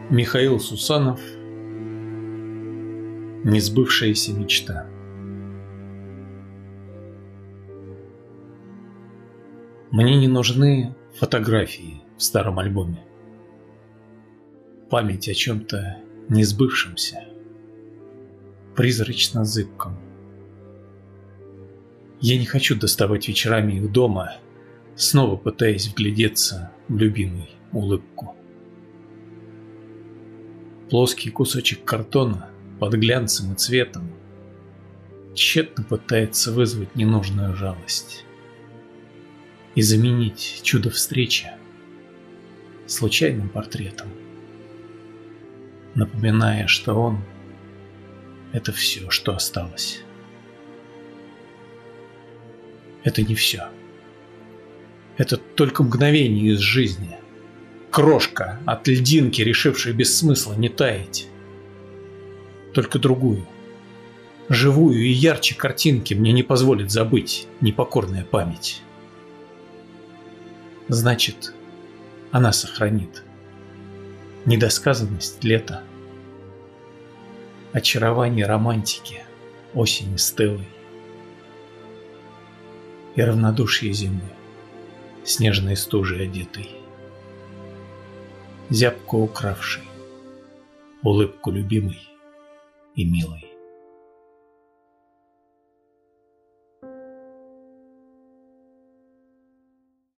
Михаил Сусанов. Несбывшаяся мечта. Мне не нужны фотографии в старом альбоме. Память о чем-то несбывшемся, призрачно зыбком. Я не хочу доставать вечерами их дома, снова пытаясь вглядеться в любимую улыбку. Плоский кусочек картона под глянцем и цветом тщетно пытается вызвать ненужную жалость и заменить чудо встречи случайным портретом, напоминая, что он — это все, что осталось. Это не все. Это только мгновение из жизни. Крошка от льдинки, решившей без смысла не таять. Только другую, живую и ярче картинки мне не позволит забыть непокорная память. Значит, она сохранит недосказанность лета, очарование романтики осени стылой и равнодушие зимы, снежной стужей одетой, зябко укравшей улыбку любимой и милой.